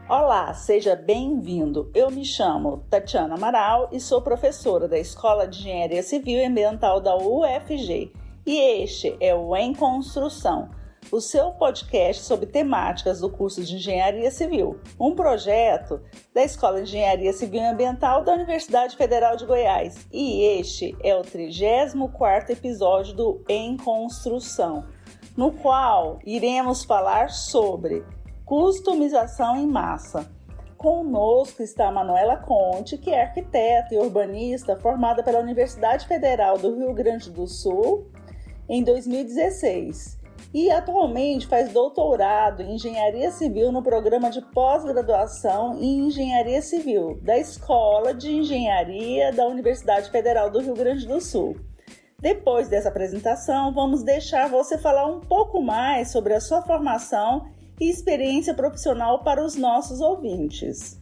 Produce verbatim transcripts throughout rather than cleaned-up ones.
Olá, seja bem-vindo. Eu me chamo Tatiana Amaral e sou professora da Escola de Engenharia Civil e Ambiental da U F G. E este é o Em Construção, o seu podcast sobre temáticas do curso de Engenharia Civil, um projeto da Escola de Engenharia Civil e Ambiental da Universidade Federal de Goiás. E este é o trigésimo quarto episódio do Em Construção, no qual iremos falar sobre customização em massa. Conosco está a Manuela Conte, que é arquiteta e urbanista formada pela Universidade Federal do Rio Grande do Sul em dois mil e dezesseis e atualmente faz doutorado em Engenharia Civil no programa de pós-graduação em Engenharia Civil da Escola de Engenharia da Universidade Federal do Rio Grande do Sul. Depois dessa apresentação, vamos deixar você falar um pouco mais sobre a sua formação e experiência profissional para os nossos ouvintes.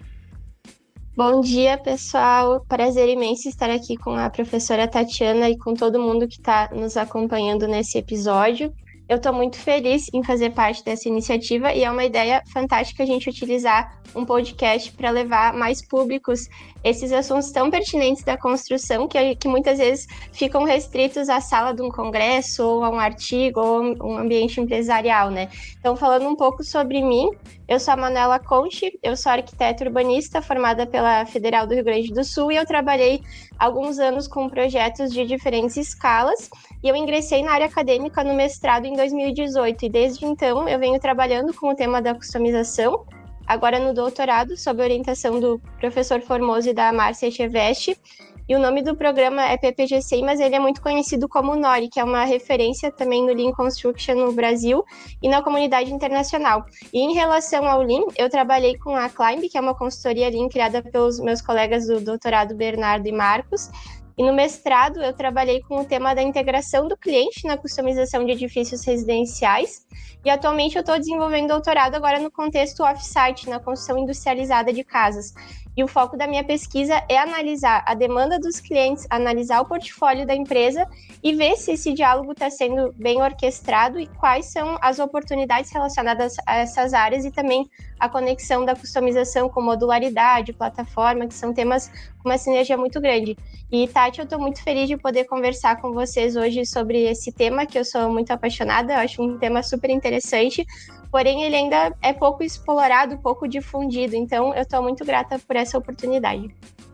Bom dia, pessoal. Prazer imenso estar aqui com a professora Tatiana e com todo mundo que está nos acompanhando nesse episódio. Eu estou muito feliz em fazer parte dessa iniciativa e é uma ideia fantástica a gente utilizar um podcast para levar mais públicos esses assuntos tão pertinentes da construção que, que muitas vezes ficam restritos à sala de um congresso ou a um artigo ou um ambiente empresarial, né? Então, falando um pouco sobre mim, eu sou a Manuela Conte, eu sou arquiteta urbanista formada pela Federal do Rio Grande do Sul e eu trabalhei alguns anos com projetos de diferentes escalas e eu ingressei na área acadêmica no mestrado em dois mil e dezoito e desde então eu venho trabalhando com o tema da customização, agora no doutorado, sob a orientação do professor Formoso e da Márcia Echeveste. E o nome do programa é P P G C, mas ele é muito conhecido como NORI, que é uma referência também no Lean Construction no Brasil e na comunidade internacional. E em relação ao Lean, eu trabalhei com a Climb, que é uma consultoria Lean criada pelos meus colegas do doutorado Bernardo e Marcos. E no mestrado, eu trabalhei com o tema da integração do cliente na customização de edifícios residenciais. E atualmente eu estou desenvolvendo doutorado agora no contexto off-site, na construção industrializada de casas. E o foco da minha pesquisa é analisar a demanda dos clientes, analisar o portfólio da empresa e ver se esse diálogo está sendo bem orquestrado e quais são as oportunidades relacionadas a essas áreas e também a conexão da customização com modularidade, plataforma, que são temas com uma sinergia muito grande. E, Tati, eu estou muito feliz de poder conversar com vocês hoje sobre esse tema, que eu sou muito apaixonada, eu acho um tema super interessante, porém ele ainda é pouco explorado, pouco difundido, então eu estou muito grata por essa oportunidade.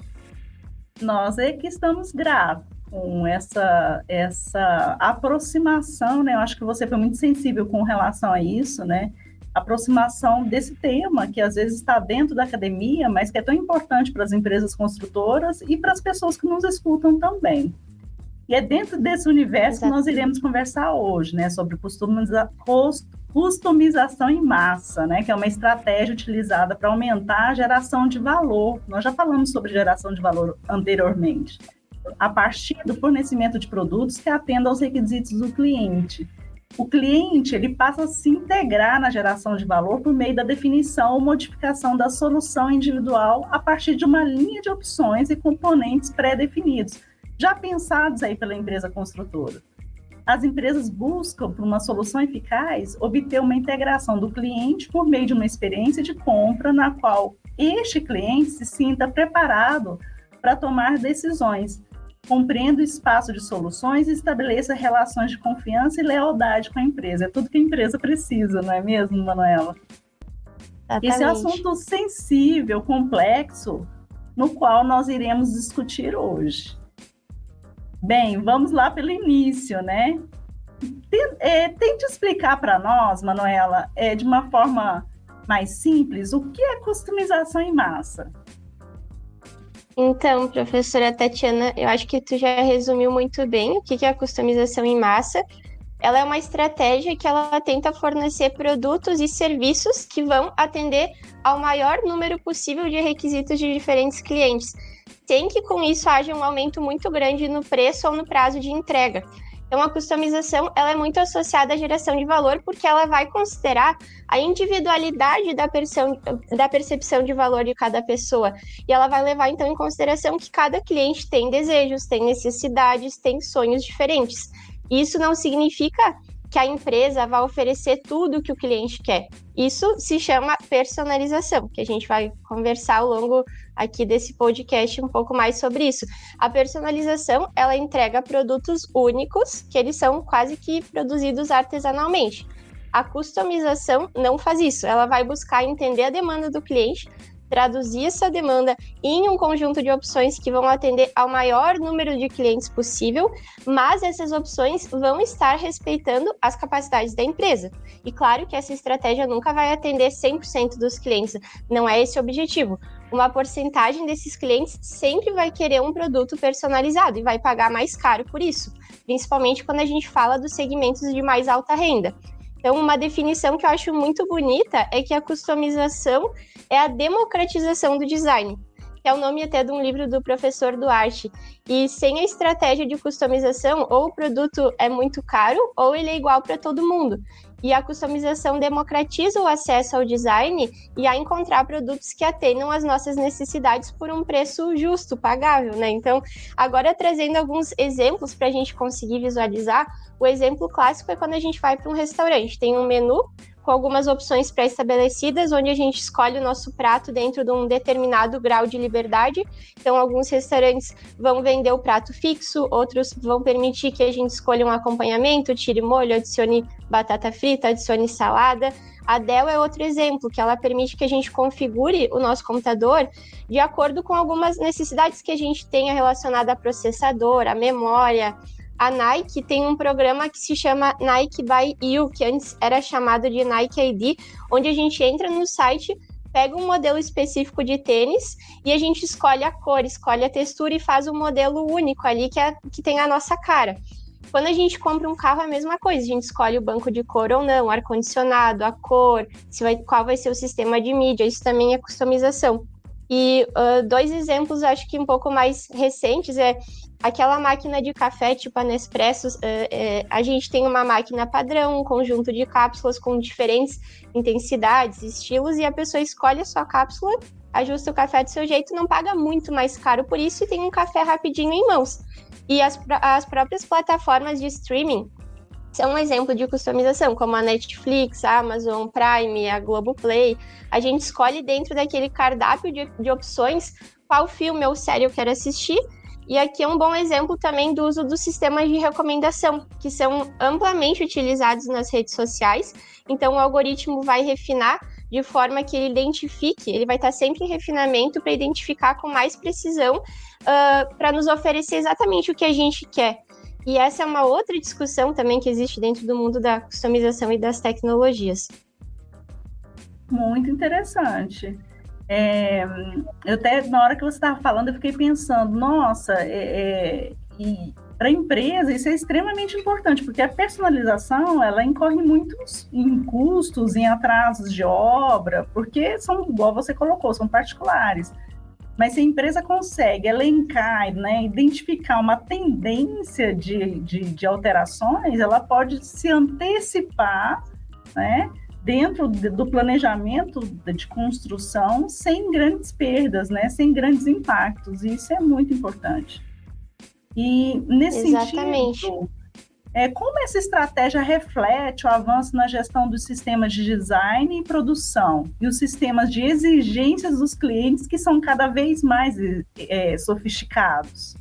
Nós é que estamos gratos com essa, essa aproximação, né? Eu acho que você foi muito sensível com relação a isso, né? Aproximação desse tema, que às vezes está dentro da academia, mas que é tão importante para as empresas construtoras e para as pessoas que nos escutam também. E é dentro desse universo Exatamente. Que nós iremos conversar hoje, né? Sobre customiza- customização em massa, né? Que é uma estratégia utilizada para aumentar a geração de valor. Nós já falamos sobre geração de valor anteriormente, a partir do fornecimento de produtos que atendam aos requisitos do cliente. O cliente ele passa a se integrar na geração de valor por meio da definição ou modificação da solução individual a partir de uma linha de opções e componentes pré-definidos, já pensados aí pela empresa construtora. As empresas buscam, por uma solução eficaz, obter uma integração do cliente por meio de uma experiência de compra na qual este cliente se sinta preparado para tomar decisões, compreenda o espaço de soluções e estabeleça relações de confiança e lealdade com a empresa. É tudo que a empresa precisa, não é mesmo, Manuela? Exatamente. Esse é um assunto sensível, complexo, no qual nós iremos discutir hoje. Bem, vamos lá pelo início, né? Tente explicar para nós, Manuela, é, de uma forma mais simples, o que é customização em massa? Então, professora Tatiana, eu acho que tu já resumiu muito bem o que é a customização em massa. Ela é uma estratégia que ela tenta fornecer produtos e serviços que vão atender ao maior número possível de requisitos de diferentes clientes, sem que com isso haja um aumento muito grande no preço ou no prazo de entrega. Então, a customização ela é muito associada à geração de valor porque ela vai considerar a individualidade da, percepção, da percepção de valor de cada pessoa. E ela vai levar, então, em consideração que cada cliente tem desejos, tem necessidades, tem sonhos diferentes. Isso não significa que a empresa vai oferecer tudo o que o cliente quer. Isso se chama personalização, que a gente vai conversar ao longo aqui desse podcast um pouco mais sobre isso. A personalização, ela entrega produtos únicos, que eles são quase que produzidos artesanalmente. A customização não faz isso, ela vai buscar entender a demanda do cliente, traduzir essa demanda em um conjunto de opções que vão atender ao maior número de clientes possível, mas essas opções vão estar respeitando as capacidades da empresa. E claro que essa estratégia nunca vai atender cem por cento dos clientes, não é esse o objetivo. Uma porcentagem desses clientes sempre vai querer um produto personalizado e vai pagar mais caro por isso, principalmente quando a gente fala dos segmentos de mais alta renda. Então, uma definição que eu acho muito bonita é que a customização é a democratização do design, que é o nome até de um livro do professor Duarte. E sem a estratégia de customização, ou o produto é muito caro, ou ele é igual para todo mundo. E a customização democratiza o acesso ao design e a encontrar produtos que atendam às nossas necessidades por um preço justo, pagável, né? Então, agora trazendo alguns exemplos para a gente conseguir visualizar, o exemplo clássico é quando a gente vai para um restaurante, tem um menu com algumas opções pré-estabelecidas, onde a gente escolhe o nosso prato dentro de um determinado grau de liberdade. Então, alguns restaurantes vão vender o prato fixo, outros vão permitir que a gente escolha um acompanhamento, tire molho, adicione batata frita, adicione salada. A Dell é outro exemplo, que ela permite que a gente configure o nosso computador de acordo com algumas necessidades que a gente tenha relacionada a processador, a memória. A Nike tem um programa que se chama Nike by You, que antes era chamado de Nike I D, onde a gente entra no site, pega um modelo específico de tênis e a gente escolhe a cor, escolhe a textura e faz um modelo único ali que, é, que tem a nossa cara. Quando a gente compra um carro, é a mesma coisa, a gente escolhe o banco de cor ou não, ar-condicionado, a cor, se vai, qual vai ser o sistema de mídia, isso também é customização. E uh, dois exemplos, acho que um pouco mais recentes, é aquela máquina de café, tipo a Nespresso, uh, uh, a gente tem uma máquina padrão, um conjunto de cápsulas com diferentes intensidades, estilos, e a pessoa escolhe a sua cápsula, ajusta o café do seu jeito, não paga muito mais caro por isso e tem um café rapidinho em mãos. E as, as próprias plataformas de streaming são um exemplo de customização, como a Netflix, a Amazon Prime, a Globoplay. A gente escolhe dentro daquele cardápio de, de opções qual filme ou série eu quero assistir. E aqui é um bom exemplo também do uso dos sistemas de recomendação, que são amplamente utilizados nas redes sociais. Então, o algoritmo vai refinar de forma que ele identifique, ele vai estar sempre em refinamento para identificar com mais precisão, uh, para nos oferecer exatamente o que a gente quer. E essa é uma outra discussão também que existe dentro do mundo da customização e das tecnologias. Muito interessante. É, eu até, na hora que você estava falando, eu fiquei pensando, nossa, é, é, e para a empresa isso é extremamente importante, porque a personalização, ela incorre muito em custos, em atrasos de obra, porque são, igual você colocou, são particulares. Mas se a empresa consegue elencar, né, identificar uma tendência de, de, de alterações, ela pode se antecipar, né, dentro do planejamento de construção sem grandes perdas, né, sem grandes impactos. E isso é muito importante. E nesse Exatamente. sentido, é, como essa estratégia reflete o avanço na gestão dos sistemas de design e produção e os sistemas de exigências dos clientes que são cada vez mais é, sofisticados?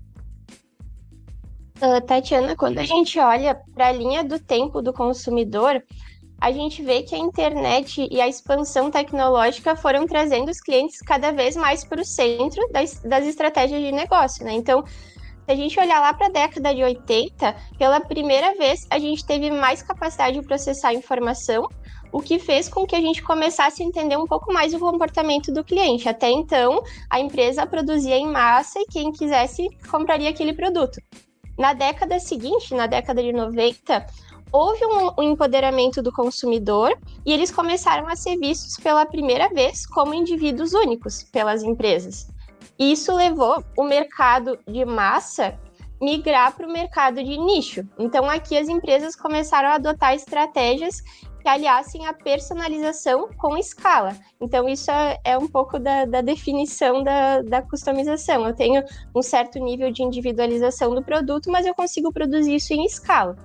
Uh, Tatiana, quando a gente olha para a linha do tempo do consumidor, a gente vê que a internet e a expansão tecnológica foram trazendo os clientes cada vez mais para o centro das, das estratégias de negócio, né? Então, se a gente olhar lá para a década de oitenta, pela primeira vez a gente teve mais capacidade de processar informação, o que fez com que a gente começasse a entender um pouco mais o comportamento do cliente. Até então, a empresa produzia em massa e quem quisesse compraria aquele produto. Na década seguinte, na década de noventa, houve um, um empoderamento do consumidor e eles começaram a ser vistos pela primeira vez como indivíduos únicos pelas empresas. E isso levou o mercado de massa migrar para o mercado de nicho. Então, aqui as empresas começaram a adotar estratégias que aliassem a personalização com escala. Então, isso é, é um pouco da, da definição da, da customização. Eu tenho um certo nível de individualização do produto, mas eu consigo produzir isso em escala.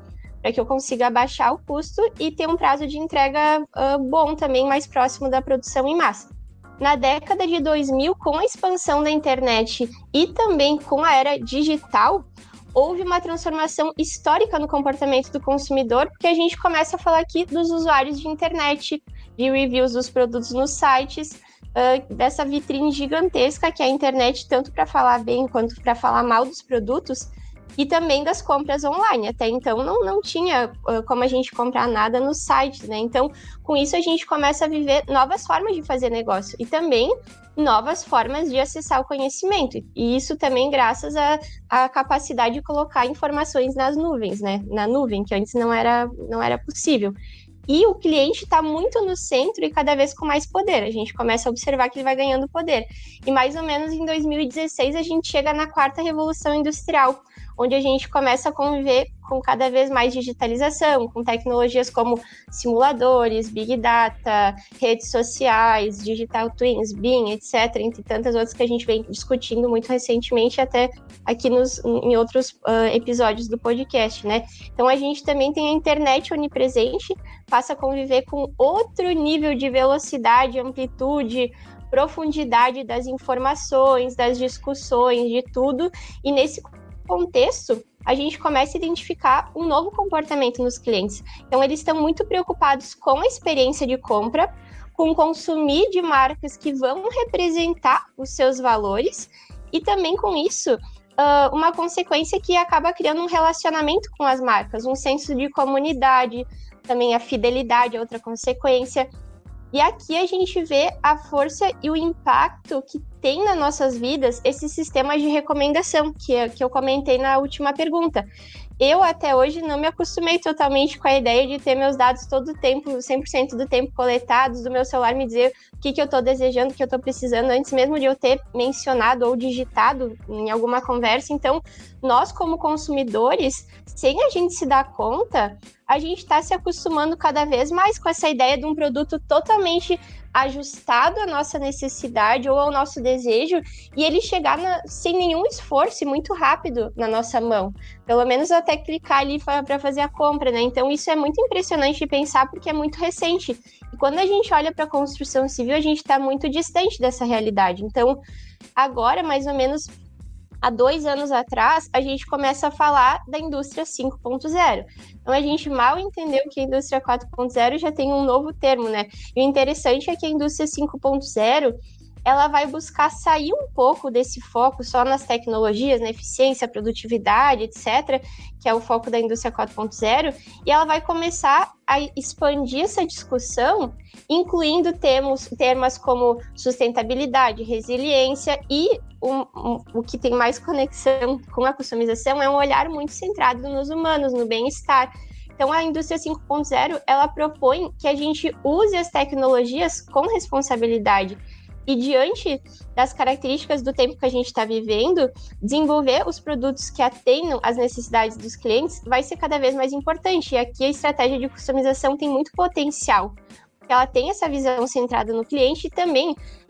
para que eu consiga abaixar o custo e ter um prazo de entrega uh, bom também, mais próximo da produção em massa. Na década de dois mil, com a expansão da internet e também com a era digital, houve uma transformação histórica no comportamento do consumidor, porque a gente começa a falar aqui dos usuários de internet, de reviews dos produtos nos sites, uh, dessa vitrine gigantesca que é a internet, tanto para falar bem quanto para falar mal dos produtos, e também das compras online. Até então não, não tinha uh, como a gente comprar nada nos sites, né? Então, com isso a gente começa a viver novas formas de fazer negócio e também novas formas de acessar o conhecimento. E isso também graças à, à capacidade de colocar informações nas nuvens, né? Na nuvem, que antes não era, não era possível. E o cliente está muito no centro e cada vez com mais poder. A gente começa a observar que ele vai ganhando poder. E mais ou menos em dois mil e dezesseis a gente chega na quarta revolução industrial, onde a gente começa a conviver com cada vez mais digitalização, com tecnologias como simuladores, Big Data, redes sociais, Digital Twins, BIM, etcétera, entre tantas outras que a gente vem discutindo muito recentemente, até aqui nos, em outros uh, episódios do podcast, né? Então a gente também tem a internet onipresente, passa a conviver com outro nível de velocidade, amplitude, profundidade das informações, das discussões, de tudo, e nesse contexto, a gente começa a identificar um novo comportamento nos clientes. Então, eles estão muito preocupados com a experiência de compra, com consumir de marcas que vão representar os seus valores, e também com isso, uh, uma consequência que acaba criando um relacionamento com as marcas, um senso de comunidade, também a fidelidade é outra consequência. E aqui a gente vê a força e o impacto que tem nas nossas vidas esses sistemas de recomendação, que, que eu comentei na última pergunta. Eu, até hoje, não me acostumei totalmente com a ideia de ter meus dados todo o tempo, cem por cento do tempo coletados, do meu celular me dizer o que, que eu estou desejando, o que eu estou precisando, antes mesmo de eu ter mencionado ou digitado em alguma conversa. Então, nós, como consumidores, sem a gente se dar conta, a gente está se acostumando cada vez mais com essa ideia de um produto totalmente ajustado à nossa necessidade ou ao nosso desejo, e ele chegar na, sem nenhum esforço e muito rápido na nossa mão. Pelo menos até clicar ali para fazer a compra, né? Então isso é muito impressionante de pensar porque é muito recente. E quando a gente olha para a construção civil, a gente está muito distante dessa realidade. Então, agora, mais ou menos há dois anos atrás, a gente começa a falar da indústria cinco ponto zero. Então, a gente mal entendeu que a indústria quatro ponto zero já tem um novo termo, né? E o interessante é que a indústria cinco ponto zero, ela vai buscar sair um pouco desse foco só nas tecnologias, na eficiência, produtividade, etcétera, que é o foco da indústria quatro ponto zero, e ela vai começar a expandir essa discussão, incluindo termos, termos como sustentabilidade, resiliência e um, um, o que tem mais conexão com a customização é um olhar muito centrado nos humanos, no bem-estar. Então, a indústria cinco ponto zero, ela propõe que a gente use as tecnologias com responsabilidade. E diante das características do tempo que a gente está vivendo, desenvolver os produtos que atendam às necessidades dos clientes vai ser cada vez mais importante. E aqui a estratégia de customização tem muito potencial, porque ela tem essa visão centrada no cliente e também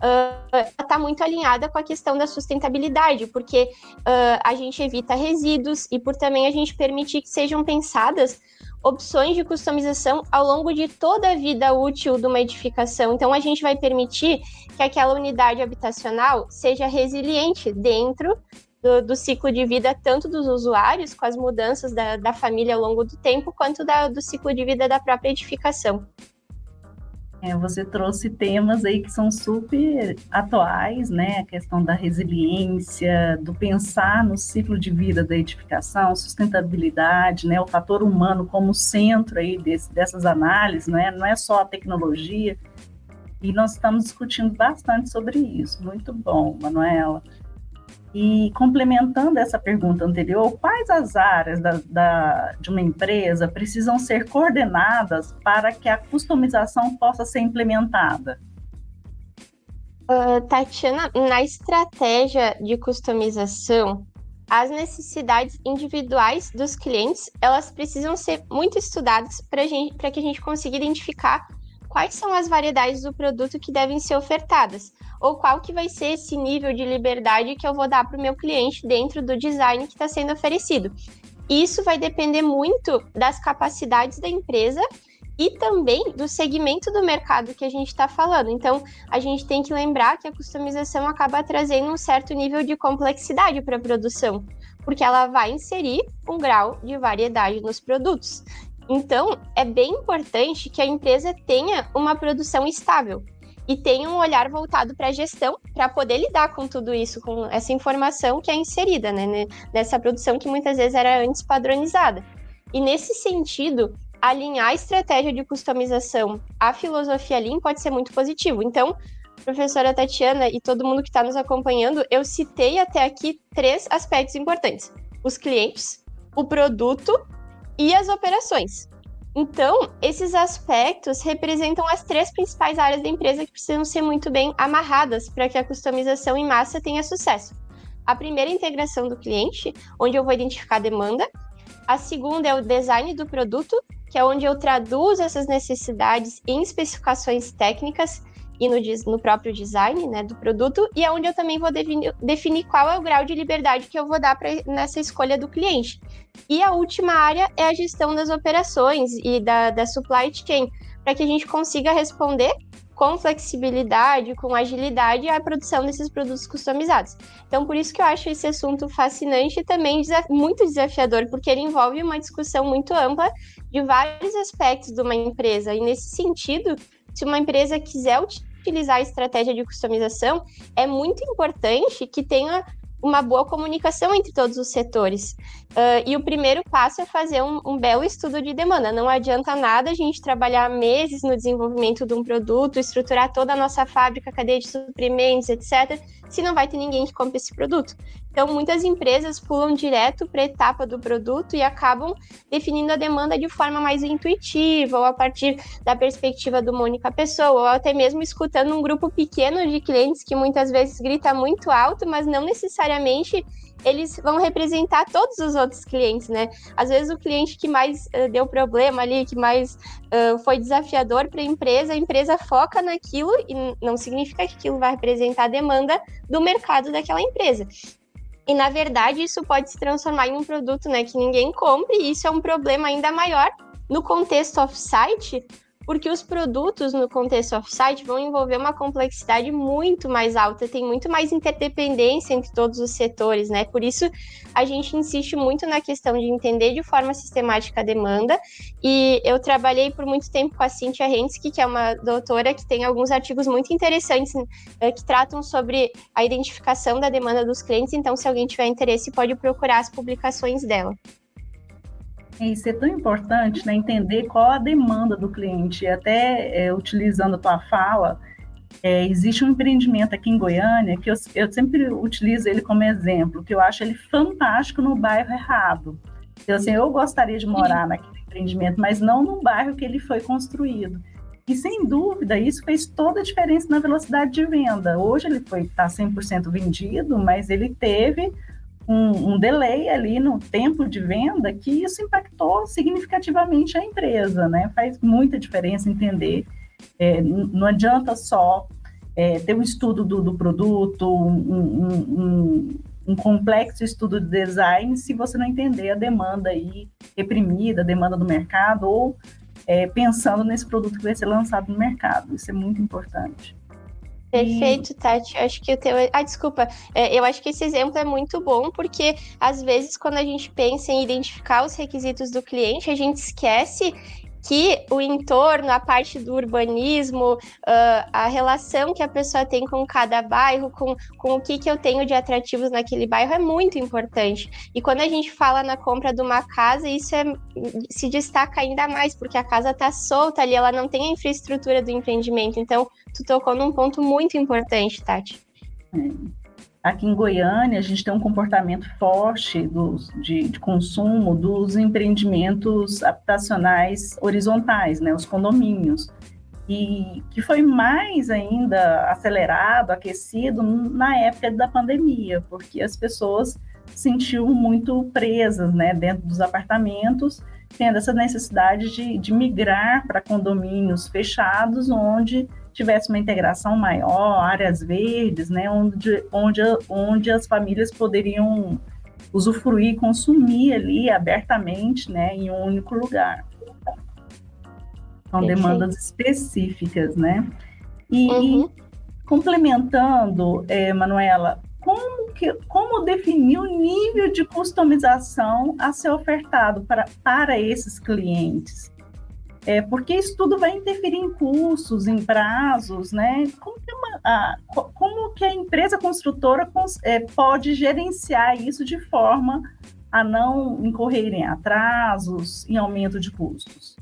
uh, está muito alinhada com a questão da sustentabilidade, porque uh, a gente evita resíduos e por também a gente permitir que sejam pensadas opções de customização ao longo de toda a vida útil de uma edificação. Então, a gente vai permitir que aquela unidade habitacional seja resiliente dentro do, do ciclo de vida, tanto dos usuários, com as mudanças da, da família ao longo do tempo, quanto da, do ciclo de vida da própria edificação. É, você trouxe temas aí que são super atuais, né? A questão da resiliência, do pensar no ciclo de vida da edificação, sustentabilidade, né? O fator humano como centro aí desse, dessas análises, né? Não é só a tecnologia. E nós estamos discutindo bastante sobre isso. Muito bom, Manuela. E complementando essa pergunta anterior, quais as áreas da, da, de uma empresa precisam ser coordenadas para que a customização possa ser implementada? Uh, Tatiana, na estratégia de customização, as necessidades individuais dos clientes, elas precisam ser muito estudadas para que a gente consiga identificar quais são as variedades do produto que devem ser ofertadas, ou qual que vai ser esse nível de liberdade que eu vou dar para o meu cliente dentro do design que está sendo oferecido. Isso vai depender muito das capacidades da empresa e também do segmento do mercado que a gente está falando. Então, a gente tem que lembrar que a customização acaba trazendo um certo nível de complexidade para a produção, porque ela vai inserir um grau de variedade nos produtos. Então, é bem importante que a empresa tenha uma produção estável e tenha um olhar voltado para a gestão, para poder lidar com tudo isso, com essa informação que é inserida, né, nessa produção que muitas vezes era antes padronizada. E nesse sentido, alinhar a estratégia de customização à filosofia Lean pode ser muito positivo. Então, professora Tatiana e todo mundo que está nos acompanhando, eu citei até aqui três aspectos importantes: os clientes, o produto e as operações. Então, esses aspectos representam as três principais áreas da empresa que precisam ser muito bem amarradas para que a customização em massa tenha sucesso. A primeira é a integração do cliente, onde eu vou identificar a demanda. A segunda é o design do produto, que é onde eu traduzo essas necessidades em especificações técnicas e no, no próprio design, né, do produto, e é onde eu também vou definir, definir qual é o grau de liberdade que eu vou dar pra, nessa escolha do cliente. E a última área é a gestão das operações e da, da supply chain, para que a gente consiga responder com flexibilidade, com agilidade à produção desses produtos customizados. Então, por isso que eu acho esse assunto fascinante e também desaf- muito desafiador, porque ele envolve uma discussão muito ampla de vários aspectos de uma empresa. E nesse sentido, se uma empresa quiser utilizar a estratégia de customização, é muito importante que tenha uma boa comunicação entre todos os setores. Uh, e o primeiro passo é fazer um, um belo estudo de demanda. Não adianta nada a gente trabalhar meses no desenvolvimento de um produto, estruturar toda a nossa fábrica, cadeia de suprimentos, etcétera, se não vai ter ninguém que compre esse produto. Então, muitas empresas pulam direto para a etapa do produto e acabam definindo a demanda de forma mais intuitiva, ou a partir da perspectiva de uma única pessoa, ou até mesmo escutando um grupo pequeno de clientes que muitas vezes grita muito alto, mas não necessariamente eles vão representar todos os outros clientes, né? Às vezes o cliente que mais uh, deu problema ali, que mais uh, foi desafiador para a empresa, a empresa foca naquilo e não significa que aquilo vai representar a demanda do mercado daquela empresa. E, na verdade, isso pode se transformar em um produto, né, que ninguém compre, e isso é um problema ainda maior no contexto off-site, porque os produtos no contexto off-site vão envolver uma complexidade muito mais alta, tem muito mais interdependência entre todos os setores, né? Por isso, a gente insiste muito na questão de entender de forma sistemática a demanda, e eu trabalhei por muito tempo com a Cynthia Hensky, que é uma doutora que tem alguns artigos muito interessantes que tratam sobre a identificação da demanda dos clientes, então, se alguém tiver interesse, pode procurar as publicações dela. Isso é tão importante, né, entender qual a demanda do cliente. Até é, utilizando a tua fala, é, existe um empreendimento aqui em Goiânia que eu, eu sempre utilizo ele como exemplo, que eu acho ele fantástico no bairro errado. Então, assim, eu gostaria de morar naquele empreendimento, mas não no bairro que ele foi construído. E, sem dúvida, isso fez toda a diferença na velocidade de venda. Hoje ele está cem por cento vendido, mas ele teve Um, um delay ali no tempo de venda, que isso impactou significativamente a empresa, né? Faz muita diferença entender. É, não adianta só é, ter um estudo do, do produto, um, um, um, um complexo estudo de design, se você não entender a demanda aí reprimida, a demanda do mercado, ou é, pensando nesse produto que vai ser lançado no mercado. Isso é muito importante. Perfeito, Tati. Acho que o teu... Ah, desculpa. Eu acho que esse exemplo é muito bom, porque, às vezes, quando a gente pensa em identificar os requisitos do cliente, a gente esquece que o entorno, a parte do urbanismo, uh, a relação que a pessoa tem com cada bairro, com, com o que, que eu tenho de atrativos naquele bairro é muito importante. E quando a gente fala na compra de uma casa, isso é, se destaca ainda mais, porque a casa está solta ali, ela não tem a infraestrutura do empreendimento. Então, tu tocou num ponto muito importante, Tati. É. Aqui em Goiânia, a gente tem um comportamento forte dos, de, de consumo dos empreendimentos habitacionais horizontais, né, os condomínios, e que foi mais ainda acelerado, aquecido na época da pandemia, porque as pessoas se sentiam muito presas, né, dentro dos apartamentos, tendo essa necessidade de, de migrar para condomínios fechados, onde tivesse uma integração maior, áreas verdes, né, onde, onde, onde as famílias poderiam usufruir, consumir ali abertamente, né, em um único lugar. São Perfeito. Demandas específicas, né? E, uhum. e complementando, é, Manuela, como, que, como definir o nível de customização a ser ofertado para, para esses clientes? É, porque isso tudo vai interferir em custos, em prazos, né? Como que, uma, a, como que a empresa construtora cons, é, pode gerenciar isso de forma a não incorrer em atrasos, em aumento de custos?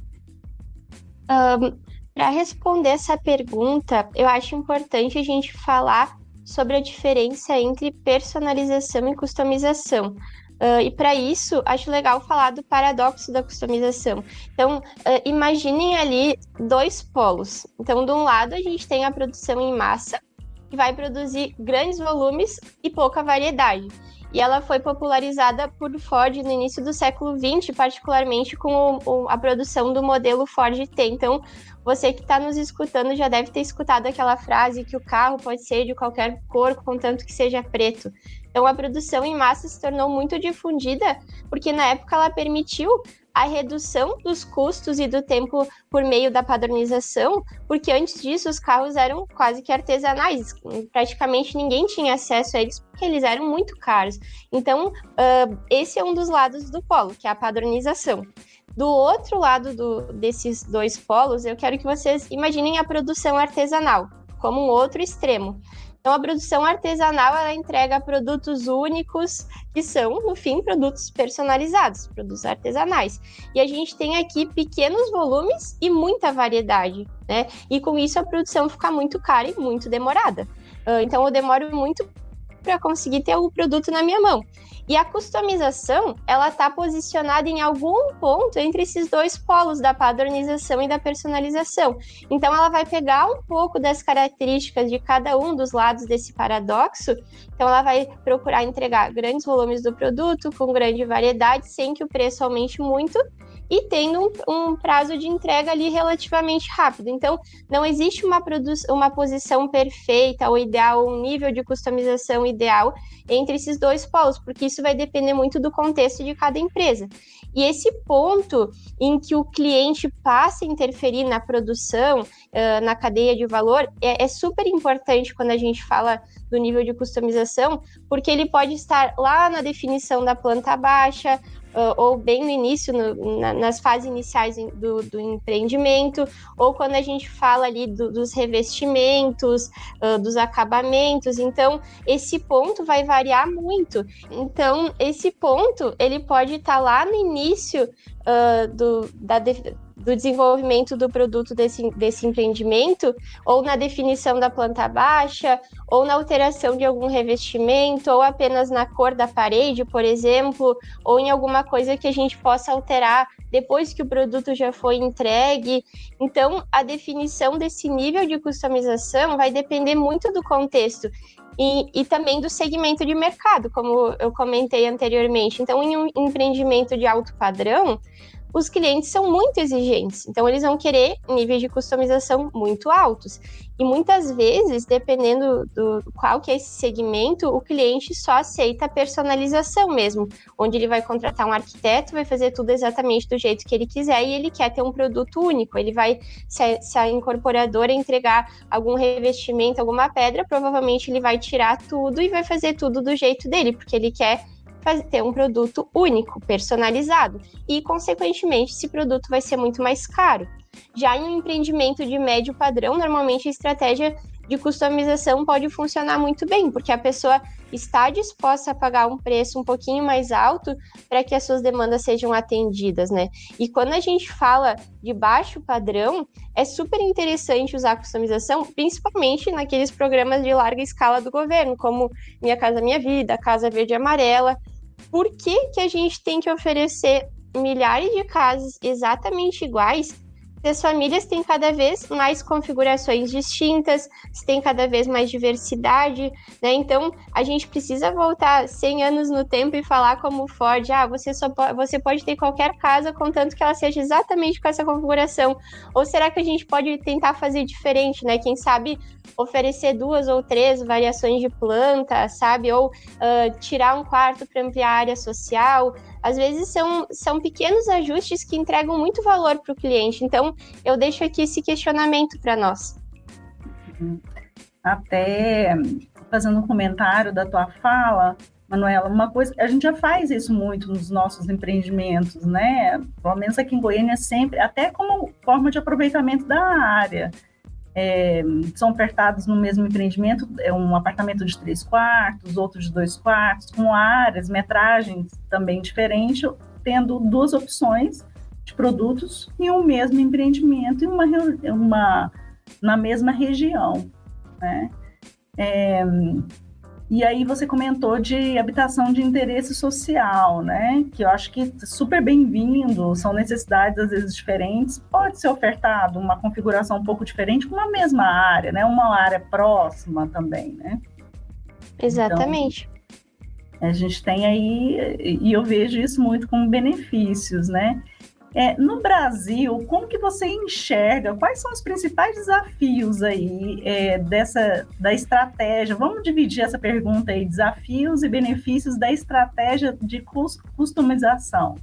Um, para responder essa pergunta, eu acho importante a gente falar sobre a diferença entre personalização e customização. Uh, e para isso, acho legal falar do paradoxo da customização. Então, uh, imaginem ali dois polos. Então, de um lado, a gente tem a produção em massa, que vai produzir grandes volumes e pouca variedade. E ela foi popularizada por Ford no início do século vinte, particularmente com o, o, a produção do modelo Ford T. Então, você que está nos escutando já deve ter escutado aquela frase que o carro pode ser de qualquer cor, contanto que seja preto. Então, a produção em massa se tornou muito difundida, porque na época ela permitiu a redução dos custos e do tempo por meio da padronização, porque antes disso os carros eram quase que artesanais, praticamente ninguém tinha acesso a eles porque eles eram muito caros. Então, uh, esse é um dos lados do polo, que é a padronização. Do outro lado do, desses dois polos, eu quero que vocês imaginem a produção artesanal, como um outro extremo. Então, a produção artesanal, ela entrega produtos únicos, que são, no fim, produtos personalizados, produtos artesanais. E a gente tem aqui pequenos volumes e muita variedade, né? E com isso, a produção fica muito cara e muito demorada. Uh, então, eu demoro muito para conseguir ter o produto na minha mão. E a customização, ela está posicionada em algum ponto entre esses dois polos da padronização e da personalização. Então, ela vai pegar um pouco das características de cada um dos lados desse paradoxo. Então, ela vai procurar entregar grandes volumes do produto, com grande variedade, sem que o preço aumente muito, e tendo um, um prazo de entrega ali relativamente rápido. Então, não existe uma, uma posição perfeita ou ideal, um nível de customização ideal entre esses dois polos, porque isso vai depender muito do contexto de cada empresa. E esse ponto em que o cliente passa a interferir na produção, uh, na cadeia de valor, é, é super importante quando a gente fala do nível de customização, porque ele pode estar lá na definição da planta baixa, Uh, ou bem no início, no, na, nas fases iniciais do, do empreendimento, ou quando a gente fala ali do, dos revestimentos, uh, dos acabamentos. Então, esse ponto vai variar muito. Então, esse ponto, ele pode estar tá lá no início uh, do, da de, do desenvolvimento do produto desse, desse empreendimento, ou na definição da planta baixa, ou na alteração de algum revestimento, ou apenas na cor da parede, por exemplo, ou em alguma coisa que a gente possa alterar depois que o produto já foi entregue. Então, a definição desse nível de customização vai depender muito do contexto e, e também do segmento de mercado, como eu comentei anteriormente. Então, em um empreendimento de alto padrão, os clientes são muito exigentes, então eles vão querer níveis de customização muito altos. E muitas vezes, dependendo do qual que é esse segmento, o cliente só aceita a personalização mesmo, onde ele vai contratar um arquiteto, vai fazer tudo exatamente do jeito que ele quiser e ele quer ter um produto único. Ele vai, se a, se a incorporadora entregar algum revestimento, alguma pedra, provavelmente ele vai tirar tudo e vai fazer tudo do jeito dele, porque ele quer ter um produto único, personalizado, e, consequentemente, esse produto vai ser muito mais caro. Já em um empreendimento de médio padrão, normalmente a estratégia de customização pode funcionar muito bem, porque a pessoa está disposta a pagar um preço um pouquinho mais alto para que as suas demandas sejam atendidas, né? E quando a gente fala de baixo padrão, é super interessante usar a customização, principalmente naqueles programas de larga escala do governo, como Minha Casa Minha Vida, Casa Verde e Amarela. Por que que a gente tem que oferecer milhares de casas exatamente iguais As famílias têm cada vez mais configurações distintas, tem cada vez mais diversidade, né? Então, a gente precisa voltar cem anos no tempo e falar como o Ford, ah, você, só po- você pode ter qualquer casa, contanto que ela seja exatamente com essa configuração. Ou será que a gente pode tentar fazer diferente, né? Quem sabe oferecer duas ou três variações de planta, sabe? Ou uh, tirar um quarto para ampliar a área social. Às vezes são, são pequenos ajustes que entregam muito valor para o cliente. Então, eu deixo aqui esse questionamento para nós. Até fazendo um comentário da tua fala, Manuela, uma coisa, a gente já faz isso muito nos nossos empreendimentos, né? Pelo menos aqui em Goiânia, sempre, até como forma de aproveitamento da área. É, são ofertados no mesmo empreendimento, é um apartamento de três quartos, outro de dois quartos, com áreas, metragens também diferentes, tendo duas opções de produtos em um mesmo empreendimento, em uma, uma, na mesma região, né? É, e aí você comentou de habitação de interesse social, né? Que eu acho que é super bem-vindo, são necessidades às vezes diferentes, pode ser ofertado uma configuração um pouco diferente com uma mesma área, né? Uma área próxima também, né? Exatamente. Então, a gente tem aí, e eu vejo isso muito como benefícios, né? É, no Brasil, como que você enxerga, quais são os principais desafios aí é, dessa, da estratégia? Vamos dividir essa pergunta aí, desafios e benefícios da estratégia de customização.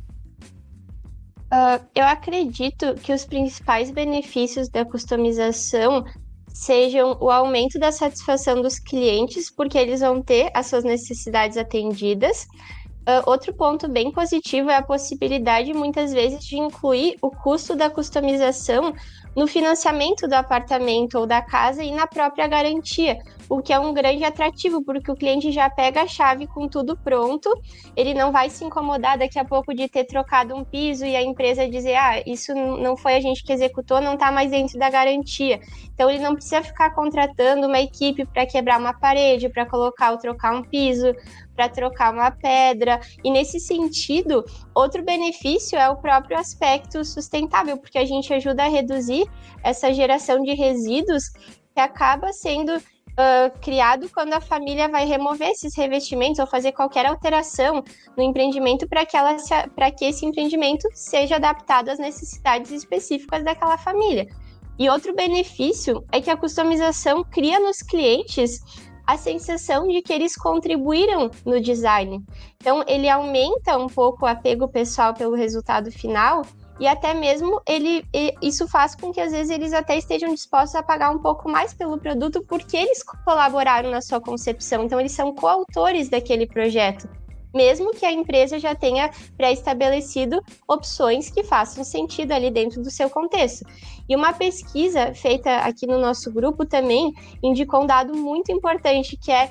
Uh, eu acredito que os principais benefícios da customização sejam o aumento da satisfação dos clientes, porque eles vão ter as suas necessidades atendidas. Uh, outro ponto bem positivo é a possibilidade, muitas vezes, de incluir o custo da customização no financiamento do apartamento ou da casa e na própria garantia, o que é um grande atrativo, porque o cliente já pega a chave com tudo pronto, ele não vai se incomodar daqui a pouco de ter trocado um piso e a empresa dizer, ah, isso não foi a gente que executou, não está mais dentro da garantia. Então, ele não precisa ficar contratando uma equipe para quebrar uma parede, para colocar ou trocar um piso, para trocar uma pedra. E nesse sentido, outro benefício é o próprio aspecto sustentável, porque a gente ajuda a reduzir essa geração de resíduos que acaba sendo uh, criado quando a família vai remover esses revestimentos ou fazer qualquer alteração no empreendimento para que, ela se, para que esse empreendimento seja adaptado às necessidades específicas daquela família. E outro benefício é que a customização cria nos clientes a sensação de que eles contribuíram no design. Então, ele aumenta um pouco o apego pessoal pelo resultado final e até mesmo ele, isso faz com que, às vezes, eles até estejam dispostos a pagar um pouco mais pelo produto porque eles colaboraram na sua concepção. Então, eles são coautores daquele projeto, mesmo que a empresa já tenha pré-estabelecido opções que façam sentido ali dentro do seu contexto. E uma pesquisa feita aqui no nosso grupo também indicou um dado muito importante, que é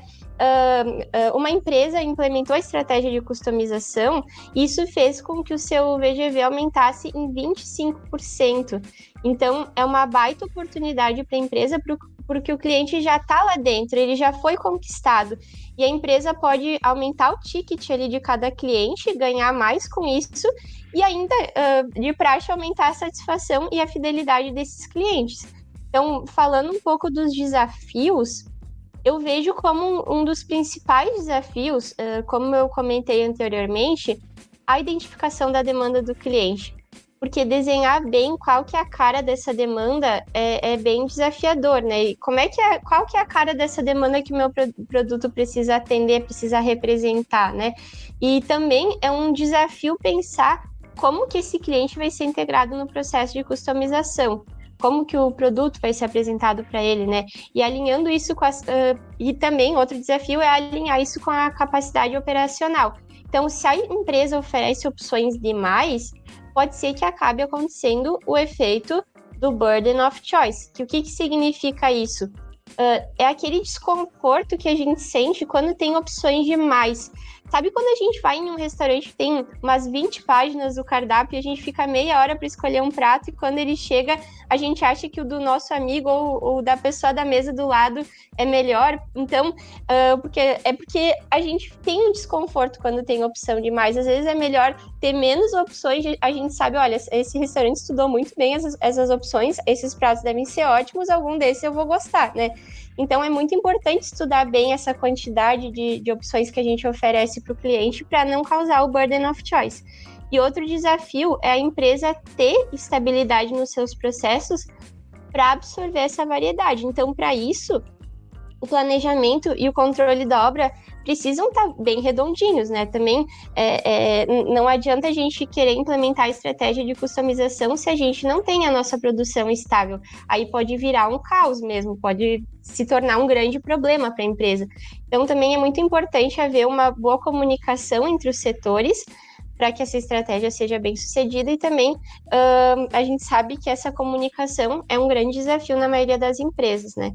uh, uh, uma empresa implementou a estratégia de customização e isso fez com que o seu V G V aumentasse em vinte e cinco por cento. Então, é uma baita oportunidade para a empresa, porque o cliente já está lá dentro, ele já foi conquistado. E a empresa pode aumentar o ticket ali de cada cliente, ganhar mais com isso, e ainda, uh, de praxe, aumentar a satisfação e a fidelidade desses clientes. Então, falando um pouco dos desafios, eu vejo como um, um dos principais desafios, uh, como eu comentei anteriormente, a identificação da demanda do cliente. Porque desenhar bem qual que é a cara dessa demanda é, é bem desafiador, né? E como é que é, qual que é a cara dessa demanda que o meu pro, produto precisa atender, precisa representar, né? E também é um desafio pensar como que esse cliente vai ser integrado no processo de customização, como que o produto vai ser apresentado para ele, né? E alinhando isso com as... Uh, e também outro desafio é alinhar isso com a capacidade operacional. Então, se a empresa oferece opções demais, pode ser que acabe acontecendo o efeito do burden of choice. Que o que, que significa isso? Uh, é aquele desconforto que a gente sente quando tem opções demais. Sabe quando a gente vai em um restaurante que tem umas vinte páginas do cardápio e a gente fica meia hora para escolher um prato e quando ele chega, a gente acha que o do nosso amigo ou, ou da pessoa da mesa do lado é melhor? Então, uh, porque, é porque a gente tem um desconforto quando tem opção demais. Às vezes é melhor ter menos opções. A gente sabe, olha, esse restaurante estudou muito bem essas, essas opções, esses pratos devem ser ótimos, algum desses eu vou gostar, né? Então, é muito importante estudar bem essa quantidade de, de opções que a gente oferece para o cliente para não causar o burden of choice. E outro desafio é a empresa ter estabilidade nos seus processos para absorver essa variedade. Então, para isso, o planejamento e o controle da obra precisam estar bem redondinhos, né? Também é, é, não adianta a gente querer implementar a estratégia de customização se a gente não tem a nossa produção estável. Aí pode virar um caos mesmo, pode se tornar um grande problema para a empresa. Então, também é muito importante haver uma boa comunicação entre os setores para que essa estratégia seja bem sucedida e também uh, a gente sabe que essa comunicação é um grande desafio na maioria das empresas, né?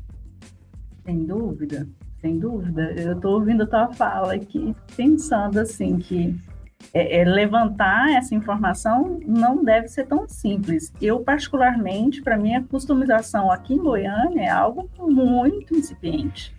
Sem dúvida, sem dúvida. Eu estou ouvindo a tua fala aqui, pensando assim que é, é, levantar essa informação não deve ser tão simples. Eu, particularmente, para mim, a customização aqui em Goiânia é algo muito incipiente.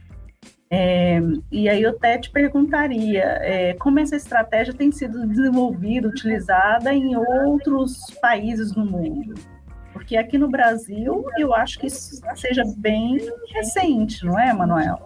É, e aí eu até te perguntaria é, como essa estratégia tem sido desenvolvida, utilizada em outros países do mundo. Porque aqui no Brasil, eu acho que isso seja bem recente, não é, Manuel?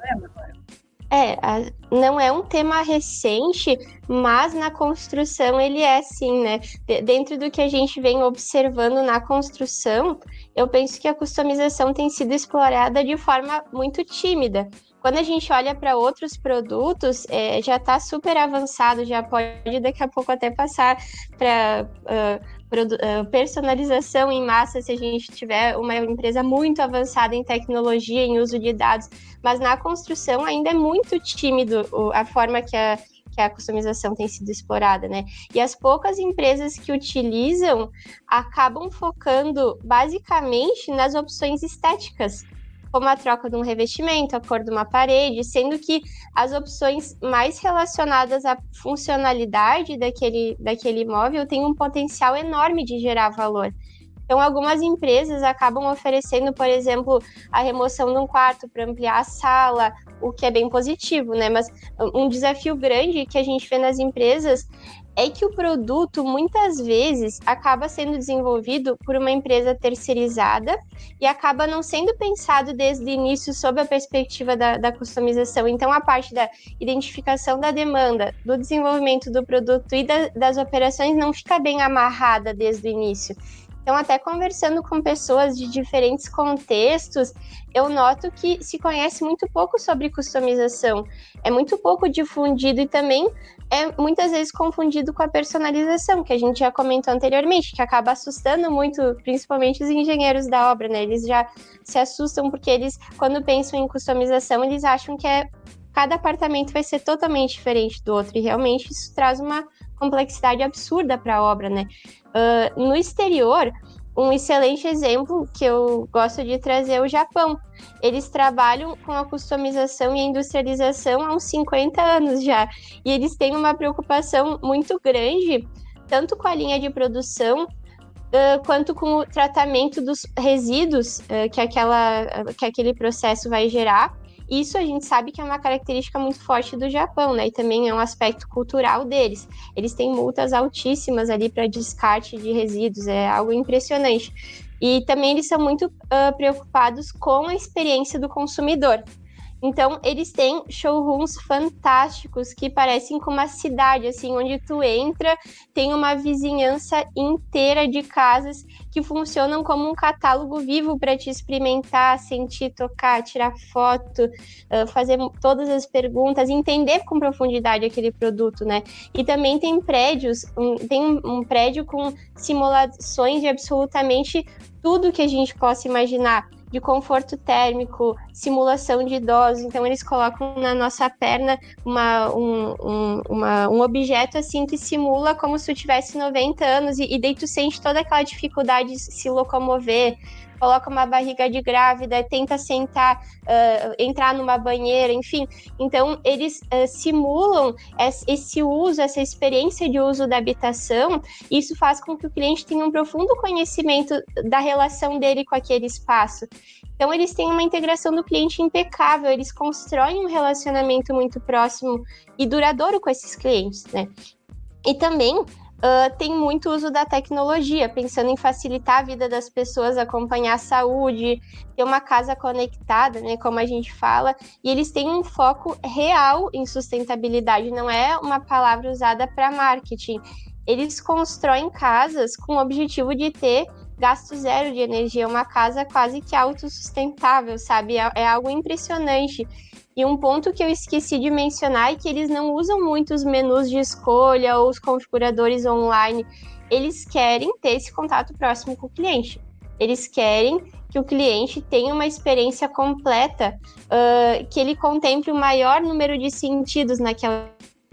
É, não é um tema recente, mas na construção ele é sim, né? Dentro do que a gente vem observando na construção, eu penso que a customização tem sido explorada de forma muito tímida. Quando a gente olha para outros produtos, é, já está super avançado, já pode daqui a pouco até passar para uh, personalização em massa, se a gente tiver uma empresa muito avançada em tecnologia, em uso de dados, mas na construção ainda é muito tímido a forma que a, que a customização tem sido explorada, né? E as poucas empresas que utilizam acabam focando basicamente nas opções estéticas, como a troca de um revestimento, a cor de uma parede, sendo que as opções mais relacionadas à funcionalidade daquele, daquele imóvel têm um potencial enorme de gerar valor. Então, algumas empresas acabam oferecendo, por exemplo, a remoção de um quarto para ampliar a sala, o que é bem positivo, né? Mas um desafio grande que a gente vê nas empresas é que o produto, muitas vezes, acaba sendo desenvolvido por uma empresa terceirizada e acaba não sendo pensado desde o início sob a perspectiva da, da customização. Então, a parte da identificação da demanda, do desenvolvimento do produto e da, das operações não fica bem amarrada desde o início. Então, até conversando com pessoas de diferentes contextos, eu noto que se conhece muito pouco sobre customização. É muito pouco difundido e também é muitas vezes confundido com a personalização, que a gente já comentou anteriormente, que acaba assustando muito, principalmente os engenheiros da obra, né? Eles já se assustam porque eles, quando pensam em customização, eles acham que é, cada apartamento vai ser totalmente diferente do outro, e realmente isso traz uma complexidade absurda para a obra, né? Uh, no exterior, um excelente exemplo que eu gosto de trazer é o Japão. Eles trabalham com a customização e a industrialização há uns cinquenta anos já, e eles têm uma preocupação muito grande, tanto com a linha de produção, uh, quanto com o tratamento dos resíduos uh, que, aquela, uh, que aquele processo vai gerar. Isso a gente sabe que é uma característica muito forte do Japão, né? E também é um aspecto cultural deles. Eles têm multas altíssimas ali para descarte de resíduos, é algo impressionante. E também eles são muito uh, preocupados com a experiência do consumidor. Então, eles têm showrooms fantásticos que parecem com uma cidade, assim, onde tu entra, tem uma vizinhança inteira de casas que funcionam como um catálogo vivo para te experimentar, sentir, tocar, tirar foto, uh, fazer todas as perguntas, entender com profundidade aquele produto, né? E também tem prédios, um, tem um, um prédio com simulações de absolutamente tudo que a gente possa imaginar, de conforto térmico, simulação de idosos. Então eles colocam na nossa perna uma, um, um, uma, um objeto assim que simula como se tu tivesse noventa anos e, e daí tu sente toda aquela dificuldade de se locomover. coloca uma barriga de grávida, tenta sentar, uh, entrar numa banheira, enfim. Então, eles uh, simulam esse uso, essa experiência de uso da habitação, e isso faz com que o cliente tenha um profundo conhecimento da relação dele com aquele espaço. Então, eles têm uma integração do cliente impecável, eles constroem um relacionamento muito próximo e duradouro com esses clientes, né? E também uh, tem muito uso da tecnologia, pensando em facilitar a vida das pessoas, acompanhar a saúde, ter uma casa conectada, né, como a gente fala, e eles têm um foco real em sustentabilidade, não é uma palavra usada para marketing. Eles constroem casas com o objetivo de ter gasto zero de energia, uma casa quase que autossustentável, sabe? É, é algo impressionante. E um ponto que eu esqueci de mencionar é que eles não usam muito os menus de escolha ou os configuradores online. Eles querem ter esse contato próximo com o cliente. Eles querem que o cliente tenha uma experiência completa, uh, que ele contemple o maior número de sentidos naquela...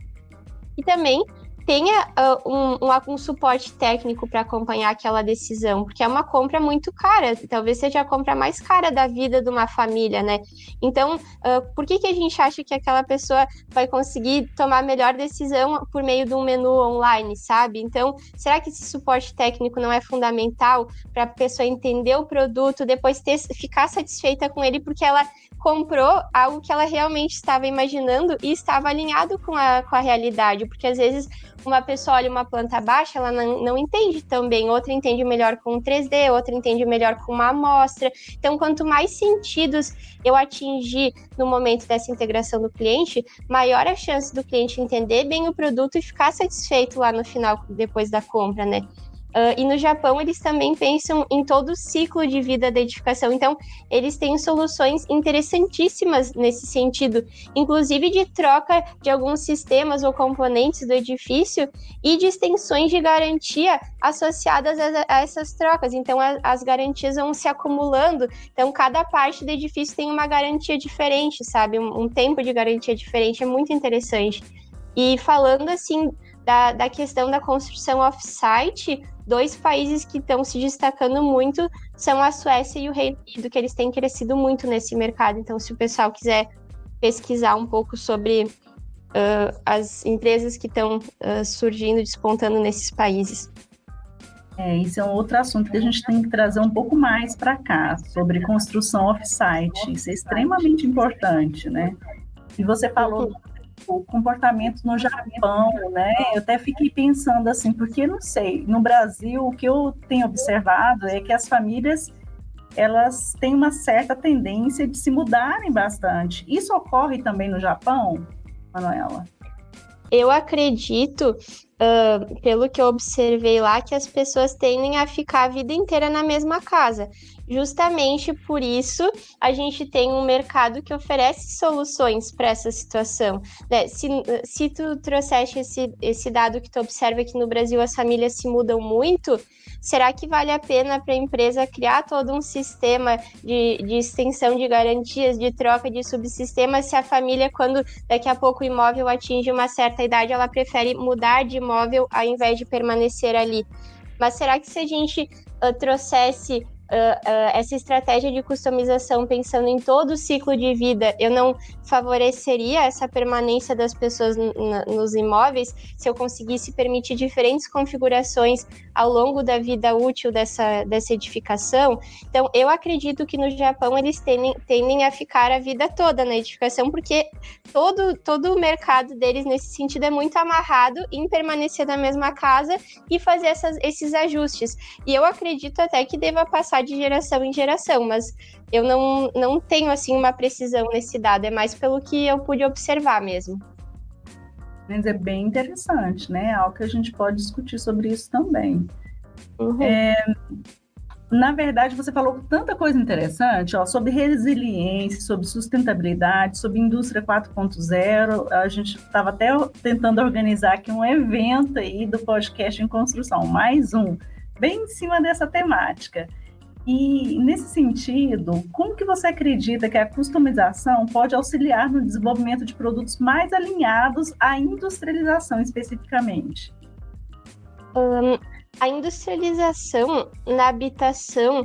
E também tenha uh, um, um, um suporte técnico para acompanhar aquela decisão, porque é uma compra muito cara, talvez seja a compra mais cara da vida de uma família, né? Então, uh, por que, que a gente acha que aquela pessoa vai conseguir tomar a melhor decisão por meio de um menu online, sabe? Então, será que esse suporte técnico não é fundamental para a pessoa entender o produto, depois ter, ficar satisfeita com ele, porque ela comprou algo que ela realmente estava imaginando e estava alinhado com a, com a realidade, porque às vezes uma pessoa olha uma planta baixa, ela não, não entende tão bem, outra entende melhor com três D, outra entende melhor com uma amostra. Então, quanto mais sentidos eu atingir no momento dessa integração do cliente, maior a chance do cliente entender bem o produto e ficar satisfeito lá no final, depois da compra, né? Uh, e no Japão, eles também pensam em todo o ciclo de vida da edificação. Então, eles têm soluções interessantíssimas nesse sentido, inclusive de troca de alguns sistemas ou componentes do edifício e de extensões de garantia associadas a, a essas trocas. Então, a, as garantias vão se acumulando. Então, cada parte do edifício tem uma garantia diferente, sabe? Um, um tempo de garantia diferente. É muito interessante. E falando, assim, da, da questão da construção off-site, dois países que estão se destacando muito são a Suécia e o Reino Unido, que eles têm crescido muito nesse mercado. Então, se o pessoal quiser pesquisar um pouco sobre uh, as empresas que estão uh, surgindo, despontando nesses países. É, isso é um outro assunto que a gente tem que trazer um pouco mais para cá, sobre construção off-site. Isso é extremamente importante, né? E você falou uhum. o comportamento no Japão, né? Eu até fiquei pensando assim, porque não sei, no Brasil o que eu tenho observado é que as famílias elas têm uma certa tendência de se mudarem bastante. Isso ocorre também no Japão, Manuela? Eu acredito, uh, pelo que eu observei lá, que as pessoas tendem a ficar a vida inteira na mesma casa. Justamente por isso, a gente tem um mercado que oferece soluções para essa situação, né? Se, se tu trouxeste esse, esse dado que tu observa que no Brasil as famílias se mudam muito, será que vale a pena para a empresa criar todo um sistema de, de extensão de garantias, de troca de subsistemas, se a família, quando daqui a pouco o imóvel atinge uma certa idade, ela prefere mudar de imóvel ao invés de permanecer ali? Mas será que se a gente uh, trouxesse Uh, uh, essa estratégia de customização pensando em todo o ciclo de vida, eu não favoreceria essa permanência das pessoas n- n- nos imóveis se eu conseguisse permitir diferentes configurações ao longo da vida útil dessa, dessa edificação? Então, eu acredito que no Japão eles tendem, tendem a ficar a vida toda na edificação, porque todo, todo o mercado deles nesse sentido é muito amarrado em permanecer na mesma casa e fazer essas, esses ajustes. E eu acredito até que deva passar de geração em geração, mas eu não, não tenho assim uma precisão nesse dado, é mais pelo que eu pude observar mesmo. Mas é bem interessante, né? Algo que a gente pode discutir sobre isso também. Uhum. É, na verdade, você falou tanta coisa interessante, ó, sobre resiliência, sobre sustentabilidade, sobre indústria quatro ponto zero. A gente estava até tentando organizar aqui um evento aí do podcast em construção, mais um, bem em cima dessa temática. E, nesse sentido, como que você acredita que a customização pode auxiliar no desenvolvimento de produtos mais alinhados à industrialização especificamente? Um, a industrialização na habitação,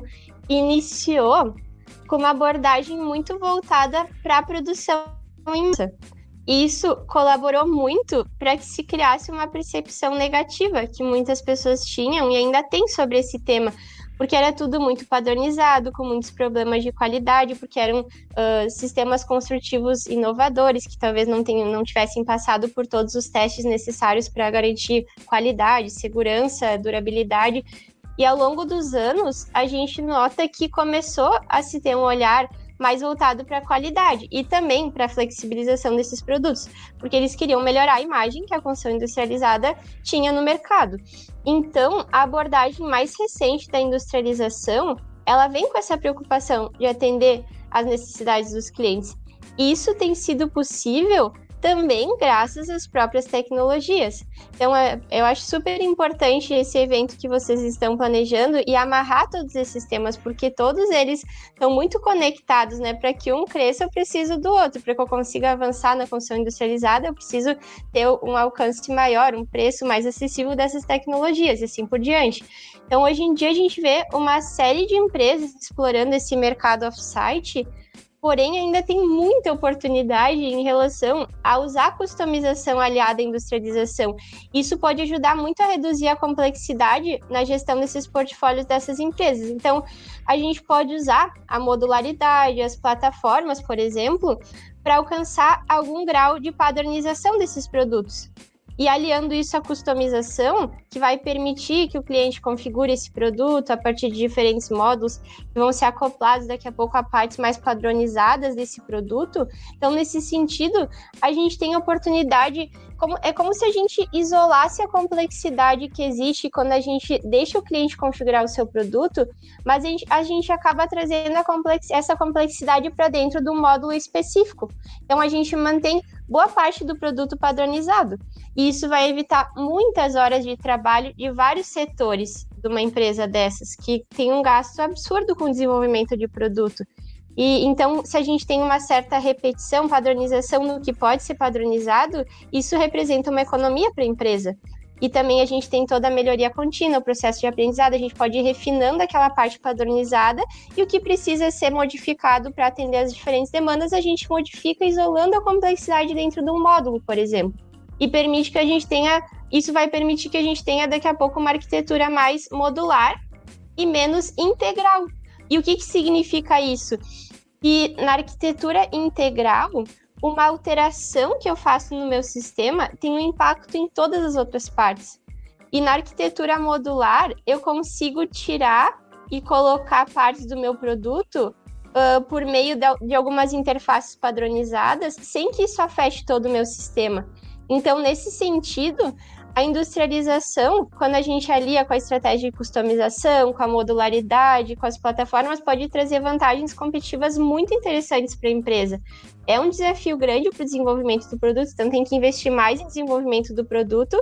iniciou com uma abordagem muito voltada para a produção em massa. Isso colaborou muito para que se criasse uma percepção negativa que muitas pessoas tinham e ainda tem sobre esse tema, porque era tudo muito padronizado, com muitos problemas de qualidade, porque eram uh, sistemas construtivos inovadores que talvez não, tenham, não tivessem passado por todos os testes necessários para garantir qualidade, segurança, durabilidade. E ao longo dos anos, a gente nota que começou a se ter um olhar mais voltado para a qualidade e também para a flexibilização desses produtos, porque eles queriam melhorar a imagem que a construção industrializada tinha no mercado. Então, a abordagem mais recente da industrialização, ela vem com essa preocupação de atender às necessidades dos clientes. E isso tem sido possível também graças às próprias tecnologias. Então, é, eu acho super importante esse evento que vocês estão planejando e amarrar todos esses temas, porque todos eles estão muito conectados, né? Para que um cresça, eu preciso do outro. Para que eu consiga avançar na construção industrializada, eu preciso ter um alcance maior, um preço mais acessível dessas tecnologias e assim por diante. Então, hoje em dia, a gente vê uma série de empresas explorando esse mercado off-site, porém, ainda tem muita oportunidade em relação a usar a customização aliada à industrialização. Isso pode ajudar muito a reduzir a complexidade na gestão desses portfólios dessas empresas. Então, a gente pode usar a modularidade, as plataformas, por exemplo, para alcançar algum grau de padronização desses produtos. E aliando isso à customização, que vai permitir que o cliente configure esse produto a partir de diferentes módulos que vão ser acoplados daqui a pouco a partes mais padronizadas desse produto. Então, nesse sentido, a gente tem a oportunidade, como, é como se a gente isolasse a complexidade que existe quando a gente deixa o cliente configurar o seu produto, mas a gente, a gente acaba trazendo a complex, essa complexidade para dentro do módulo específico. Então, a gente mantém boa parte do produto padronizado. E isso vai evitar muitas horas de trabalho de vários setores de uma empresa dessas, que tem um gasto absurdo com o desenvolvimento de produto. E então, se a gente tem uma certa repetição, padronização no que pode ser padronizado, isso representa uma economia para a empresa. E também a gente tem toda a melhoria contínua, o processo de aprendizado, a gente pode ir refinando aquela parte padronizada e o que precisa ser modificado para atender as diferentes demandas, a gente modifica isolando a complexidade dentro de um módulo, por exemplo. E permite que a gente tenha, isso vai permitir que a gente tenha daqui a pouco uma arquitetura mais modular e menos integral. E o que, que significa isso? Que na arquitetura integral, uma alteração que eu faço no meu sistema tem um impacto em todas as outras partes. E na arquitetura modular, eu consigo tirar e colocar partes do meu produto uh, por meio de, de algumas interfaces padronizadas, sem que isso afete todo o meu sistema. Então, nesse sentido, a industrialização, quando a gente alia com a estratégia de customização, com a modularidade, com as plataformas, pode trazer vantagens competitivas muito interessantes para a empresa. É um desafio grande para o desenvolvimento do produto, então tem que investir mais em desenvolvimento do produto,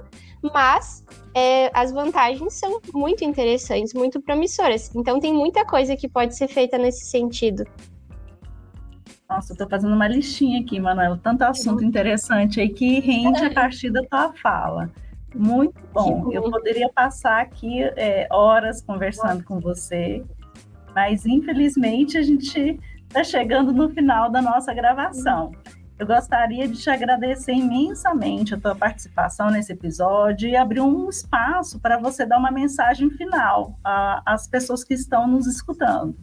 mas é, as vantagens são muito interessantes, muito promissoras. Então tem muita coisa que pode ser feita nesse sentido. Nossa, eu tô fazendo uma listinha aqui, Manuela, tanto assunto interessante aí que rende a partir da tua fala. Muito bom. Eu poderia passar aqui é, horas conversando com você, mas infelizmente a gente está chegando no final da nossa gravação. Eu gostaria de te agradecer imensamente a tua participação nesse episódio e abrir um espaço para você dar uma mensagem final às pessoas que estão nos escutando.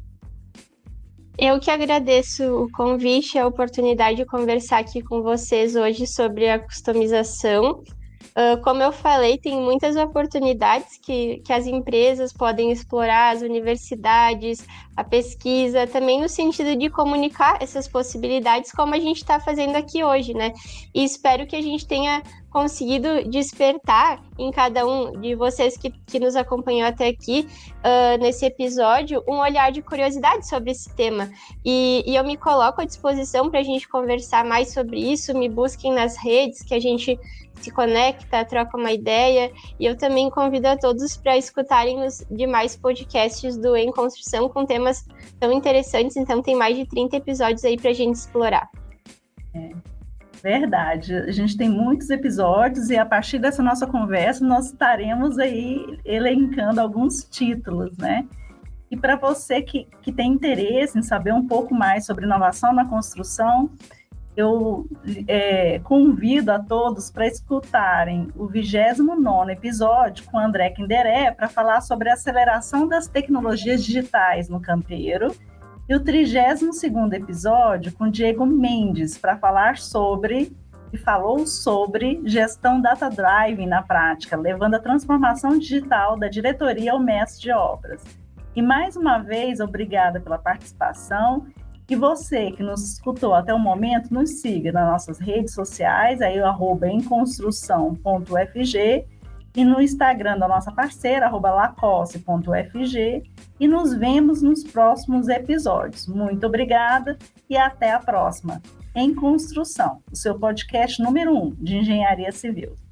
Eu que agradeço o convite e a oportunidade de conversar aqui com vocês hoje sobre a customização. Uh, como eu falei, tem muitas oportunidades que, que as empresas podem explorar, as universidades, a pesquisa, também no sentido de comunicar essas possibilidades, como a gente está fazendo aqui hoje, né? E espero que a gente tenha conseguido despertar em cada um de vocês que, que nos acompanhou até aqui, uh, nesse episódio, um olhar de curiosidade sobre esse tema. E, e eu me coloco à disposição para a gente conversar mais sobre isso, me busquem nas redes, que a gente se conecta, troca uma ideia, e eu também convido a todos para escutarem os demais podcasts do Em Construção com temas tão interessantes, então tem mais de trinta episódios aí para a gente explorar. É, verdade, a gente tem muitos episódios e a partir dessa nossa conversa nós estaremos aí elencando alguns títulos, né? E para você que, que tem interesse em saber um pouco mais sobre inovação na construção, eu é, convido a todos para escutarem o vigésimo nono episódio com André Kinderé para falar sobre a aceleração das tecnologias digitais no canteiro, e o trigésimo segundo episódio com Diego Mendes para falar sobre, e falou sobre, gestão data-driven na prática, levando a transformação digital da diretoria ao mestre de obras. E mais uma vez, obrigada pela participação. E você que nos escutou até o momento, nos siga nas nossas redes sociais, aí o arroba emconstrução ponto f g, e no Instagram da nossa parceira, arroba lacoste ponto f g, e nos vemos nos próximos episódios. Muito obrigada e até a próxima. Em Construção, o seu podcast número um de engenharia civil.